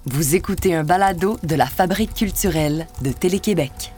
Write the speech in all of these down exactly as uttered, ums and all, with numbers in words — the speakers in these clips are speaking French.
Vous écoutez un balado de la Fabrique culturelle de Télé-Québec.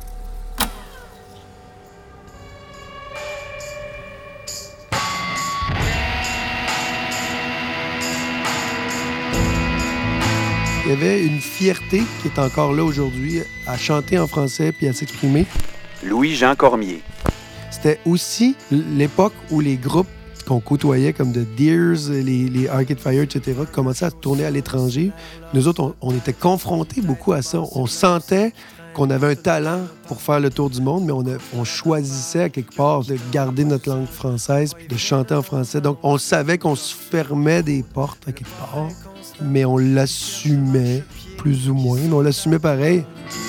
Il y avait une fierté qui est encore là aujourd'hui à chanter en français puis à s'exprimer. Louis-Jean Cormier. C'était aussi l'époque où les groupes qu'on côtoyait comme The Deers, les, les Arcade Fire, et cetera, commençaient à tourner à l'étranger. Nous autres, on, on était confrontés beaucoup à ça. On sentait qu'on avait un talent pour faire le tour du monde, mais on, a, on choisissait à quelque part de garder notre langue française puis de chanter en français. Donc, on savait qu'on se fermait des portes à quelque part, mais on l'assumait plus ou moins. Mais on l'assumait pareil.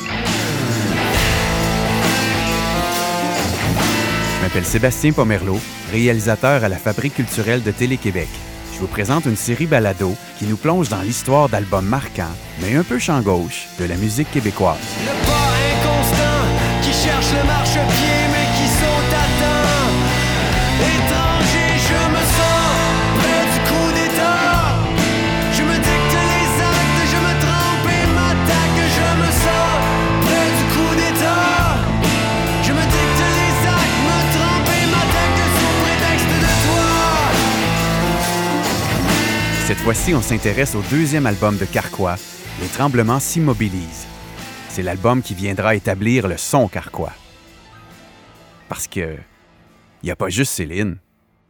Je m'appelle Sébastien Pomerleau, réalisateur à la Fabrique culturelle de Télé-Québec. Je vous présente une série balado qui nous plonge dans l'histoire d'albums marquants, mais un peu champ gauche, de la musique québécoise. Le pas inconstant qui cherche le marchepied mais qui saute à temps. Étranger, je me sens près du coup d'état. Je me dicte les actes, je me trempe et m'attaque. Je me sens près du coup d'état. Je me dicte les actes, me trempe et m'attaque sous prétexte de toi. Cette fois-ci, on s'intéresse au deuxième album de Carquois, Les Tremblements s'immobilisent. C'est l'album qui viendra établir le son carquois. Parce que il n'y a pas juste Céline.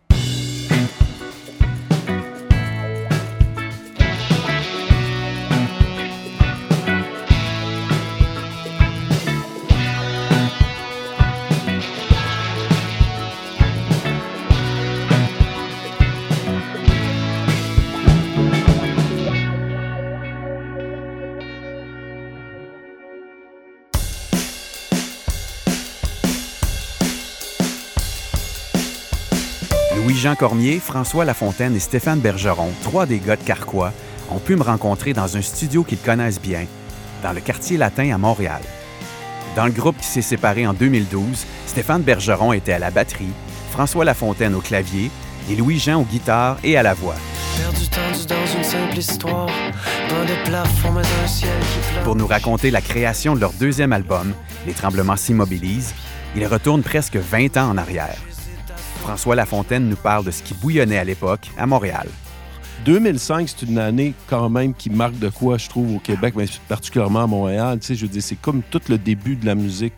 Louis-Jean Cormier, François Lafontaine et Stéphane Bergeron, trois des gars de Carquois, ont pu me rencontrer dans un studio qu'ils connaissent bien, dans le quartier latin à Montréal. Dans le groupe qui s'est séparé en deux mille douze, Stéphane Bergeron était à la batterie, François Lafontaine au clavier et Louis-Jean aux guitares et à la voix. Perdu tendu dans une simple histoire, bas de plafond mais un ciel qui plane. Pour nous raconter la création de leur deuxième album, Les Tremblements s'immobilisent, ils retournent presque vingt ans en arrière. François Lafontaine nous parle de ce qui bouillonnait à l'époque à Montréal. deux mille cinq, c'est une année quand même qui marque de quoi, je trouve, au Québec, mais particulièrement à Montréal. Tu sais, je veux dire, c'est comme tout le début de la musique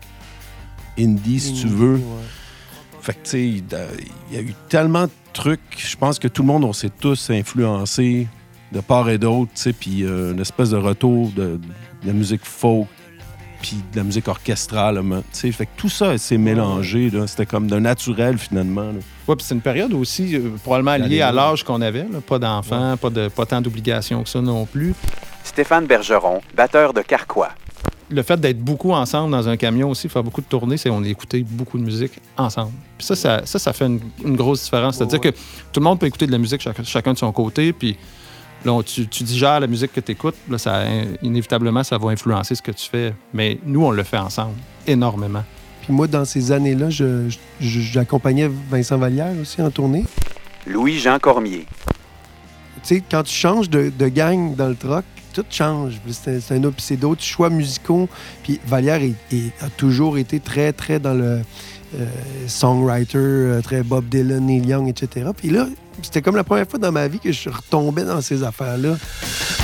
indie, si tu veux. Ouais. Fait que, tu sais, il y a eu tellement de trucs. Je pense que tout le monde, on s'est tous influencés de part et d'autre, tu sais, puis euh, une espèce de retour de, de la musique folk, puis de la musique orchestrale, tu sais. Fait que tout ça s'est mélangé, là. C'était comme de naturel, finalement, là. Oui, puis c'est une période aussi euh, probablement liée à l'âge qu'on avait, là. Pas d'enfants, ouais. pas, de, pas tant d'obligations que ça non plus. Stéphane Bergeron, batteur de Carquois. Le fait d'être beaucoup ensemble dans un camion aussi, faire beaucoup de tournées, c'est qu'on écoutait beaucoup de musique ensemble. Puis ça, ça, ça, ça fait une, une grosse différence. C'est-à-dire ouais. que tout le monde peut écouter de la musique chacun, chacun de son côté, puis là, on, tu, tu digères la musique que tu écoutes, là, ça, inévitablement, ça va influencer ce que tu fais. Mais nous, on le fait ensemble, énormément. Puis moi, dans ces années-là, je, je, j'accompagnais Vincent Vallière aussi en tournée. Louis-Jean Cormier. Tu sais, quand tu changes de, de gang dans le truck, tout change. C'est, c'est un autre, puis c'est d'autres choix musicaux. Puis Vallière est, est, a toujours été très, très dans le euh, songwriter, euh, très Bob Dylan, Neil Young, et cetera. Puis là, c'était comme la première fois dans ma vie que je retombais dans ces affaires-là. Ah,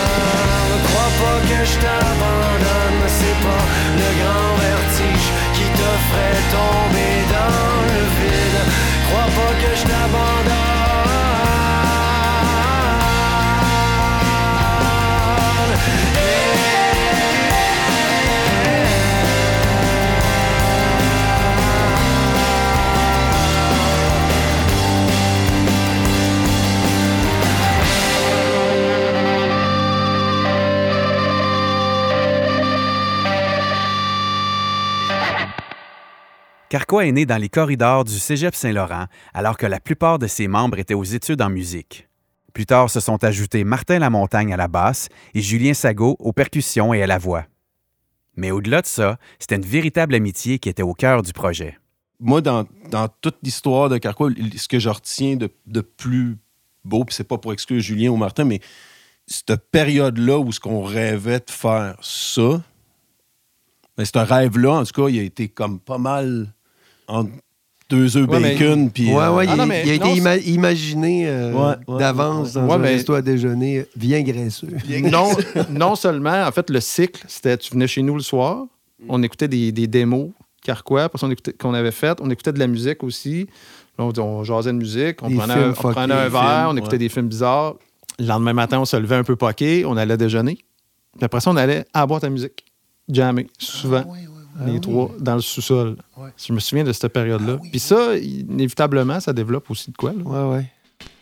ne crois pas que je t'abandonne, c'est pas le grand vertige qui te ferait tomber dans le vide. Crois pas que je t'abandonne. Carquois est né dans les corridors du Cégep Saint-Laurent, alors que la plupart de ses membres étaient aux études en musique. Plus tard se sont ajoutés Martin Lamontagne à la basse et Julien Sagot aux percussions et à la voix. Mais au-delà de ça, c'était une véritable amitié qui était au cœur du projet. Moi, dans, dans toute l'histoire de Carquois, ce que je retiens de, de plus beau, puis c'est pas pour exclure Julien ou Martin, mais cette période-là où ce qu'on rêvait de faire ça, mais ce rêve-là, en tout cas, il a été comme pas mal entre deux œufs Ouais, bacon. Mais... Puis, ouais, euh... ouais, ah, il, non, mais il a non, été ima- imaginé euh, ouais, ouais, d'avance ouais, dans ouais, un mais... resto à déjeuner bien graisseux. non, non seulement, en fait, le cycle, c'était tu venais chez nous le soir, on écoutait des, des démos Carquois, après ça, on écoutait, qu'on avait faites, on écoutait de la musique aussi. Là, on, on jasait de musique, on des prenait, un, on fuckés, prenait un verre, films, on écoutait ouais. des films bizarres. Le lendemain matin, on se levait un peu poqué, on allait déjeuner. Puis après ça, on allait à la boîte à musique, jammer, souvent, Ah, oui, oui, oui. les Ah, oui. trois, dans le sous-sol. Ouais. Je me souviens de cette période-là. Ah, oui, Puis ça, inévitablement, ça développe aussi de quoi. Là. Ouais, ouais.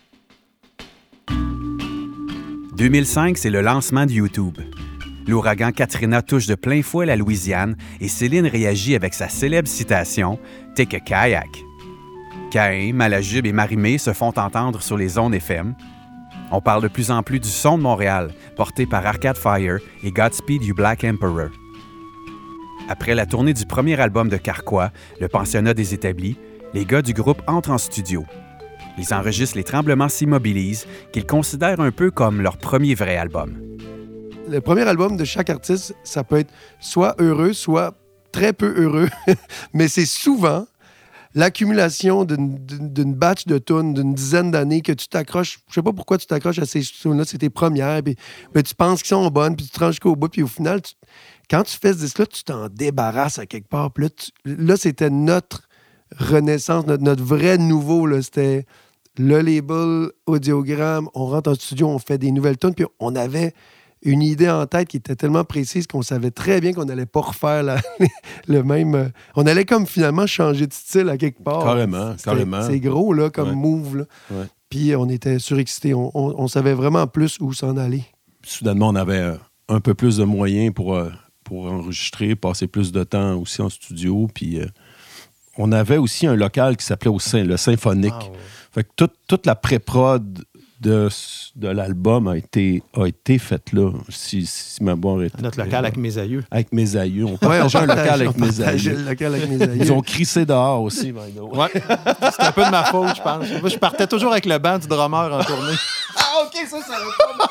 deux mille cinq, c'est le lancement de YouTube. L'ouragan Katrina touche de plein fouet la Louisiane et Céline réagit avec sa célèbre citation « Take a kayak ». Caïn, Malajube et Marimé se font entendre sur les ondes F M. On parle de plus en plus du son de Montréal, porté par Arcade Fire et Godspeed You Black Emperor. Après la tournée du premier album de Carquois, Le Pensionnat des Établis, les gars du groupe entrent en studio. Ils enregistrent Les Tremblements s'immobilisent, qu'ils considèrent un peu comme leur premier vrai album. Le premier album de chaque artiste, ça peut être soit heureux, soit très peu heureux, mais c'est souvent l'accumulation d'une, d'une, d'une batch de tunes d'une dizaine d'années que tu t'accroches. Je sais pas pourquoi tu t'accroches à ces tunes-là, c'est tes premières, puis ben, tu penses qu'ils sont bonnes, puis tu te rends jusqu'au bout, puis au final, tu, quand tu fais ce disque-là, tu t'en débarrasses à quelque part. Puis là, tu, là, c'était notre renaissance, notre, notre vrai nouveau, là, c'était le label Audiogramme, on rentre en studio, on fait des nouvelles tunes, puis on avait une idée en tête qui était tellement précise qu'on savait très bien qu'on n'allait pas refaire la, le même... euh, on allait comme finalement changer de style à quelque part. Carrément, C'était- carrément. C'est gros, là, comme Ouais. move, là. Ouais. Puis on était surexcités. On, on, on savait vraiment plus où s'en aller. Soudainement, on avait euh, un peu plus de moyens pour, euh, pour enregistrer, passer plus de temps aussi en studio. Puis euh, on avait aussi un local qui s'appelait au Sym- le Symphonique. Ah, ouais. Fait que toute, toute la pré-prod de, de l'album a été, a été faite là, si, si ma mémoire est... Notre local avec mes aïeux. Avec mes aïeux. On Ouais, partageait un local partageait- avec on mes partageait aïeux. le local avec mes aïeux. Ils ont crissé dehors aussi, by the way. Ouais. C'était un peu de ma faute, je pense. Moi, je partais toujours avec le banc du drummer en tournée. Ah, OK, ça, ça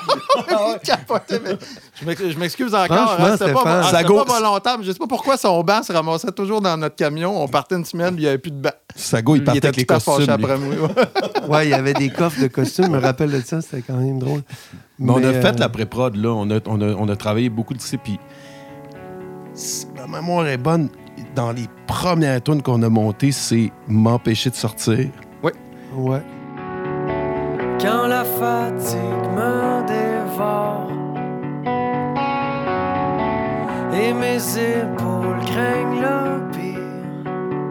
va pas. Je m'ex- je m'excuse encore. Franchement, Hein, c'était pas, Stéphane. ah, Ça c'était go- pas volontaire, mais je sais pas pourquoi son banc se ramassait toujours dans notre camion. On partait une semaine, puis il n'y avait plus de banc. Sago, il Il partait était avec les tout à fâché costumes. lui. après moi. ouais. Ouais, il y avait des coffres de costumes. Je me rappelle de ça. C'était quand même drôle. Mais on a euh, fait la pré-prod, là. On a, on a, on a travaillé beaucoup de ça. Puis, si ma mémoire est bonne, dans les premières tunes qu'on a montées, c'est M'empêcher de sortir. Ouais. Quand la fatigue me dévore et mes épaules craignent le pire,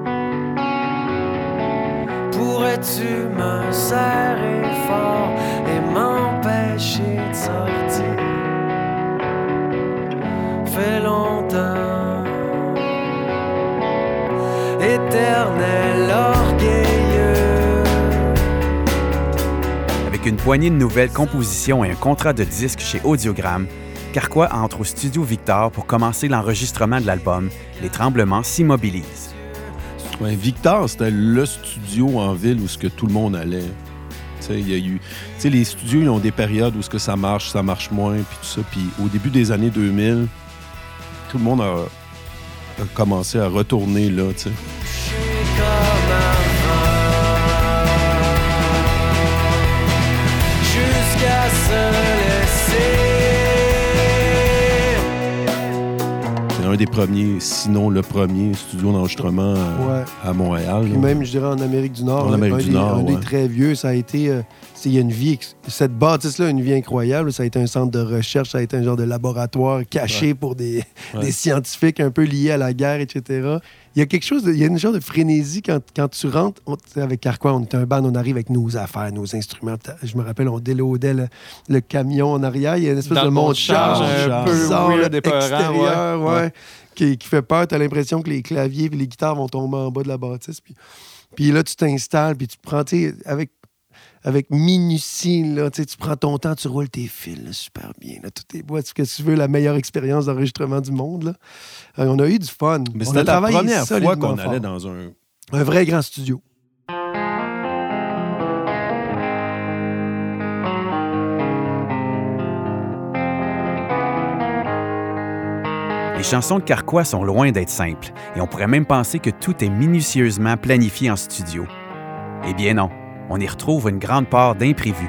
pourrais-tu me serrer fort et m'empêcher de sortir? Fait longtemps, éternel orgueilleux. Avec une poignée de nouvelles compositions et un contrat de disque chez Audiogramme, Carquois entre au studio Victor pour commencer l'enregistrement de l'album Les Tremblements s'immobilisent. Ouais, Victor, c'était le studio en ville où ce que tout le monde allait. Tu sais, il y a eu, tu sais, les studios, ils ont des périodes où ce que ça marche, ça marche moins, puis tout ça. Puis au début des années deux mille, tout le monde a, a commencé à retourner là, tu sais. Comme avant, jusqu'à se laisser. C'est un des premiers, sinon le premier studio d'enregistrement à, Ouais. à Montréal. Puis là. même, je dirais, en Amérique du Nord. En un- Amérique un du des, Nord, un des ouais. très vieux, ça a été... euh, c'est- il y a une vie... ex- Cette bâtisse-là a une vie incroyable. Ça a été un centre de recherche, ça a été un genre de laboratoire caché pour des, Ouais. des scientifiques un peu liés à la guerre, et cetera. Il y a quelque chose... De, il y a une genre de frénésie quand, quand tu rentres... On, tu sais, avec Carquois, on est un band, on arrive avec nos affaires, nos instruments. Je me rappelle, on déloadait le, le camion en arrière. Il y a une espèce Dans de le monte-charge monte-charge, un un peu peu bizarre, weird, là, épeurant, extérieur, ouais. ouais, Ouais. Qui, qui fait peur. Tu as l'impression que les claviers et les guitares vont tomber en bas de la bâtisse. Puis, puis là, tu t'installes, puis tu prends, tu sais, avec, avec minutie, là, tu sais, tu prends ton temps, tu roules tes fils, là, super bien. Là, tout est beau. Est-ce que tu veux la meilleure expérience d'enregistrement du monde? Là? Euh, on a eu du fun. Mais On c'était a la travaillé première fois solidement qu'on fort. allait dans un... Un vrai grand studio. chansons de Carquois sont loin d'être simples et on pourrait même penser que tout est minutieusement planifié en studio. Eh bien non, on y retrouve une grande part d'imprévu.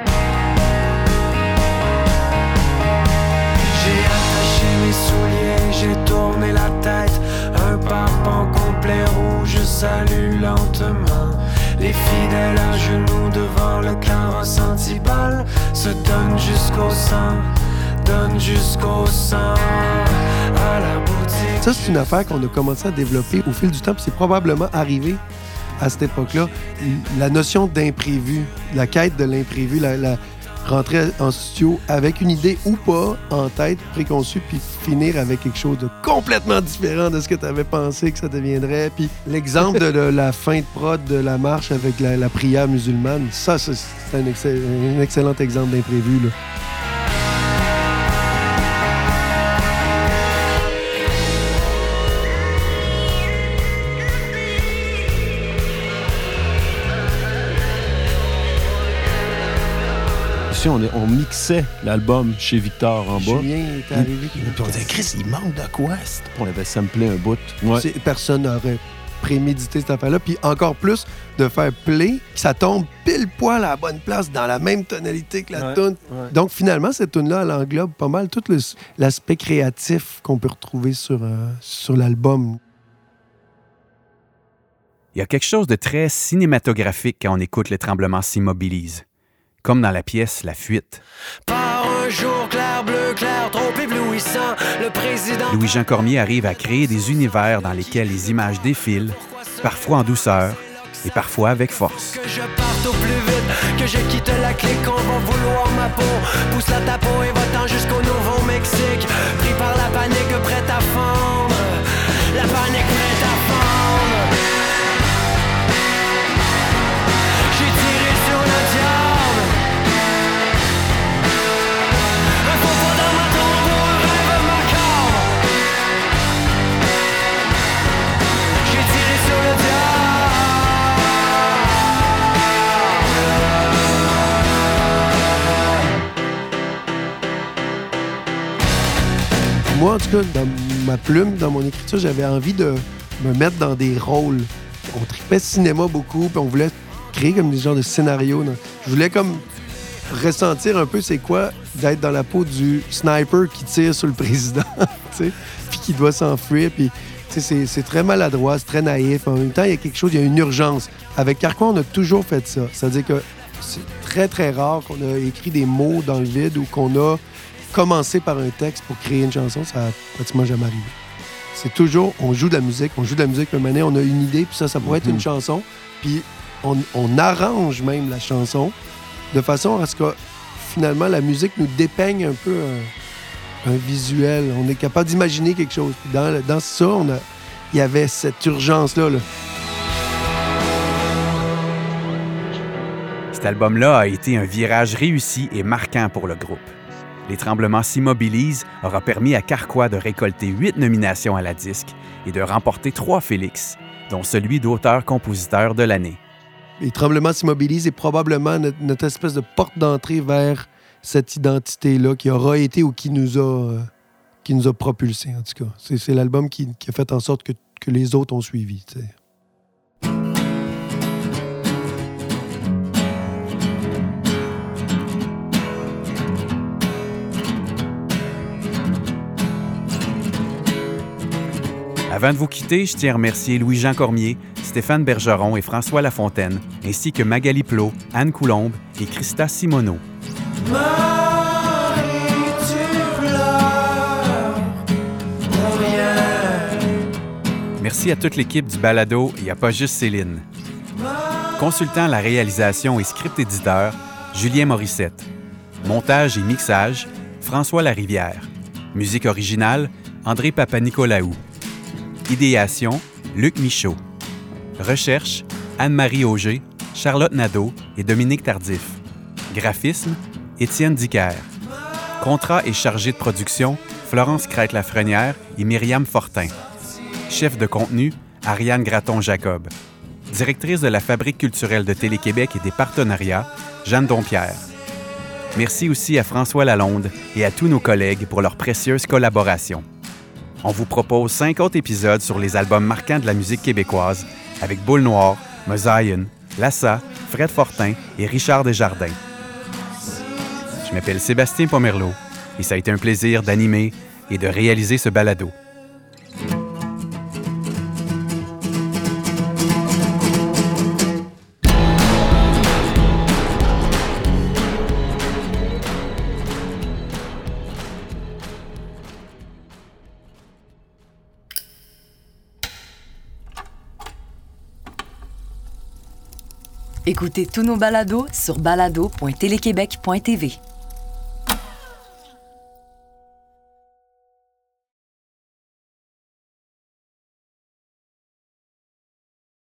J'ai attaché mes souliers, j'ai tourné la tête. Un pape en complet rouge salue lentement. Les fidèles à genoux devant le carrosse anti-balle se donnent jusqu'au sang, donnent jusqu'au sang à la boutique. Ça, c'est une affaire qu'on a commencé à développer au fil du temps, puis c'est probablement arrivé à cette époque-là. La notion d'imprévu, la quête de l'imprévu, la, la rentrer en studio avec une idée ou pas en tête, préconçue, puis finir avec quelque chose de complètement différent de ce que tu avais pensé que ça deviendrait. Puis l'exemple de, de la fin de prod de la marche avec la, la prière musulmane, ça, c'est un, excell- un excellent exemple d'imprévu, là. On, est, on mixait l'album chez Victor en bas. Julien est arrivé. Puis on disait, Chris, il manque de quoi? On avait samplé un bout. Ouais. C'est, personne n'aurait prémédité cette affaire-là. Puis encore plus de faire play, ça tombe pile poil à la bonne place dans la même tonalité que la ouais, tune. Ouais. Donc finalement, cette tune-là, elle englobe pas mal tout le, l'aspect créatif qu'on peut retrouver sur, euh, sur l'album. Il y a quelque chose de très cinématographique quand on écoute Le Tremblement s'immobilise. Comme dans la pièce La Fuite. Par un jour clair, bleu clair, trop éblouissant, le président... Louis-Jean Cormier arrive à créer des univers dans lesquels les images défilent, parfois en douceur et parfois avec force. Que je parte au plus vite, que je quitte la clique, on va vouloir ma peau. Pousse la ta peau et va-t'en jusqu'au Nouveau-Mexique. Pris par la panique, prête à fondre. La panique prête à fondre. J'ai tiré sur le diable. Moi, en tout cas, dans ma plume, dans mon écriture, j'avais envie de me mettre dans des rôles. On tripait cinéma beaucoup, puis on voulait créer comme des genres de scénarios. Je voulais comme ressentir un peu c'est quoi d'être dans la peau du sniper qui tire sur le président, puis qui doit s'enfuir, puis c'est, c'est très maladroit, c'est très naïf. En même temps, il y a quelque chose, il y a une urgence. Avec Carquois, on a toujours fait ça. C'est-à-dire que c'est très, très rare qu'on a écrit des mots dans le vide ou qu'on a commencer par un texte pour créer une chanson, ça n'a pratiquement jamais arrivé. C'est toujours, on joue de la musique, on joue de la musique, puis maintenant, on a une idée, puis ça, ça pourrait mm-hmm. être une chanson, puis on, on arrange même la chanson de façon à ce que, finalement, la musique nous dépeigne un peu un, un visuel. On est capable d'imaginer quelque chose. Puis dans, dans ça, on a, il y avait cette urgence-là, là. Cet album-là a été un virage réussi et marquant pour le groupe. Les Tremblements s'immobilisent aura permis à Carquois de récolter huit nominations à la disque et de remporter trois Félix, dont celui d'auteur-compositeur de l'année. Les Tremblements s'immobilisent est probablement notre, notre espèce de porte d'entrée vers cette identité-là qui aura été ou qui nous a, euh, qui nous a propulsés, en tout cas. C'est, c'est l'album qui, qui a fait en sorte que, que les autres ont suivi, tu sais. Avant de vous quitter, je tiens à remercier Louis-Jean Cormier, Stéphane Bergeron et François Lafontaine, ainsi que Magali Plot, Anne Coulombe et Christa Simoneau. Marie, tu pleures pour rien. Merci à toute l'équipe du balado Il n'y a pas juste Céline. Consultant à la réalisation et script éditeur, Julien Morissette. Montage et mixage, François Larivière. Musique originale, André Papanicolaou. Idéation, Luc Michaud. Recherche, Anne-Marie Auger, Charlotte Nadeau et Dominique Tardif. Graphisme, Étienne Dicker. Contrat et chargé de production, Florence Crête-Lafrenière et Myriam Fortin. Chef de contenu, Ariane Graton-Jacob. Directrice de la Fabrique culturelle de Télé-Québec et des partenariats, Jeanne Dompierre. Merci aussi à François Lalonde et à tous nos collègues pour leur précieuse collaboration. on vous propose cinq autres épisodes sur les albums marquants de la musique québécoise avec Boule Noire, Mosaïen, Lassa, Fred Fortin et Richard Desjardins. Je m'appelle Sébastien Pomerleau et ça a été un plaisir d'animer et de réaliser ce balado. Écoutez tous nos balados sur balado point téléquébec point t v.